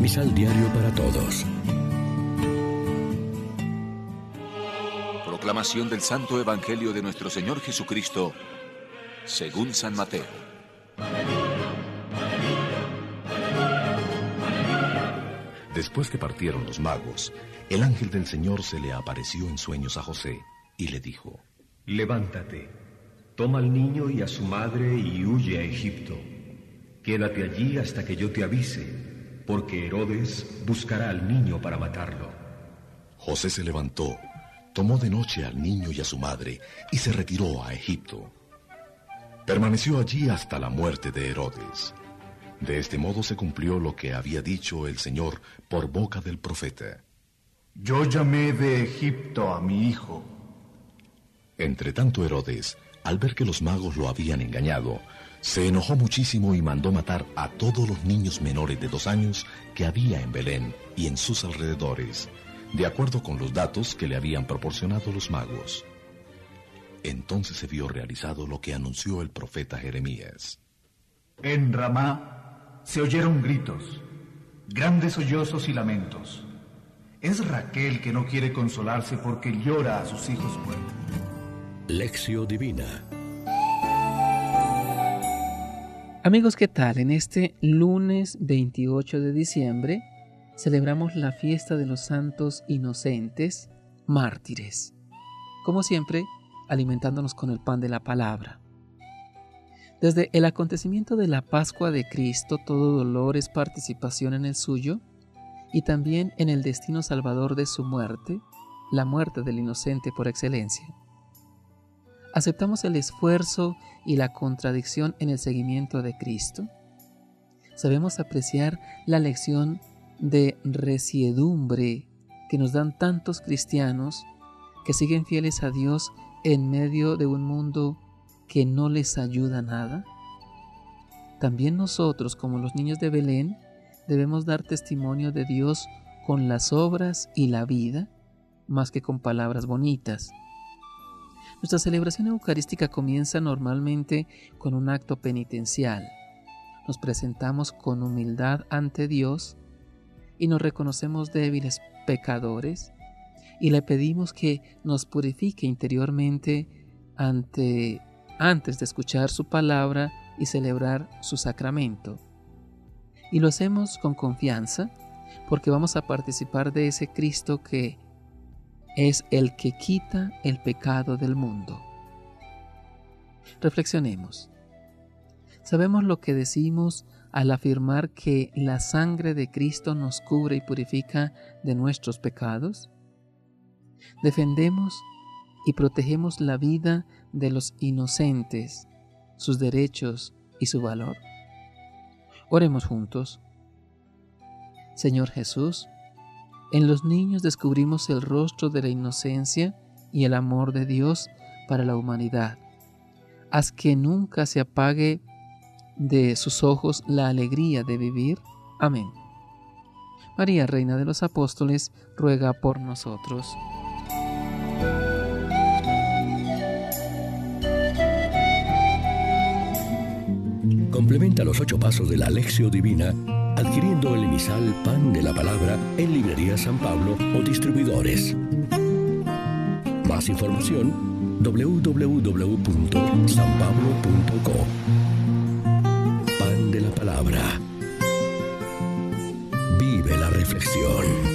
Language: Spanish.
Misal Diario para Todos. Proclamación del Santo Evangelio de nuestro Señor Jesucristo, según San Mateo. Después que partieron los magos, el ángel del Señor se le apareció en sueños a José y le dijo: Levántate, toma al niño y a su madre y huye a Egipto. Quédate allí hasta que yo te avise, porque Herodes buscará al niño para matarlo. José se levantó, tomó de noche al niño y a su madre y se retiró a Egipto. Permaneció allí hasta la muerte de Herodes. De este modo se cumplió lo que había dicho el Señor por boca del profeta: Yo llamé de Egipto a mi hijo. Entretanto Herodes, al ver que los magos lo habían engañado, se enojó muchísimo y mandó matar a todos los niños menores de 2 años que había en Belén y en sus alrededores, de acuerdo con los datos que le habían proporcionado los magos. Entonces se vio realizado lo que anunció el profeta Jeremías. En Ramá se oyeron gritos, grandes sollozos y lamentos. Es Raquel que no quiere consolarse porque llora a sus hijos muertos. Lección Divina. Amigos, ¿qué tal? En este lunes 28 de diciembre celebramos la fiesta de los santos inocentes, mártires. Como siempre, alimentándonos con el pan de la palabra. Desde el acontecimiento de la Pascua de Cristo, todo dolor es participación en el suyo y también en el destino salvador de su muerte, la muerte del inocente por excelencia. ¿Aceptamos el esfuerzo y la contradicción en el seguimiento de Cristo? ¿Sabemos apreciar la lección de resiedumbre que nos dan tantos cristianos que siguen fieles a Dios en medio de un mundo que no les ayuda nada? También nosotros, como los niños de Belén, debemos dar testimonio de Dios con las obras y la vida, más que con palabras bonitas. Nuestra celebración eucarística comienza normalmente con un acto penitencial. Nos presentamos con humildad ante Dios y nos reconocemos débiles pecadores y le pedimos que nos purifique interiormente antes de escuchar su palabra y celebrar su sacramento. Y lo hacemos con confianza porque vamos a participar de ese Cristo que es el que quita el pecado del mundo. Reflexionemos. ¿Sabemos lo que decimos al afirmar que la sangre de Cristo nos cubre y purifica de nuestros pecados? ¿Defendemos y protegemos la vida de los inocentes, sus derechos y su valor? Oremos juntos. Señor Jesús, en los niños descubrimos el rostro de la inocencia y el amor de Dios para la humanidad. Haz que nunca se apague de sus ojos la alegría de vivir. Amén. María, Reina de los Apóstoles, ruega por nosotros. Complementa los 8 pasos de la Lección Divina adquiriendo el emisal Pan de la Palabra en Librería San Pablo o distribuidores. Más información www.sanpablo.co. Pan de la Palabra. Vive la reflexión.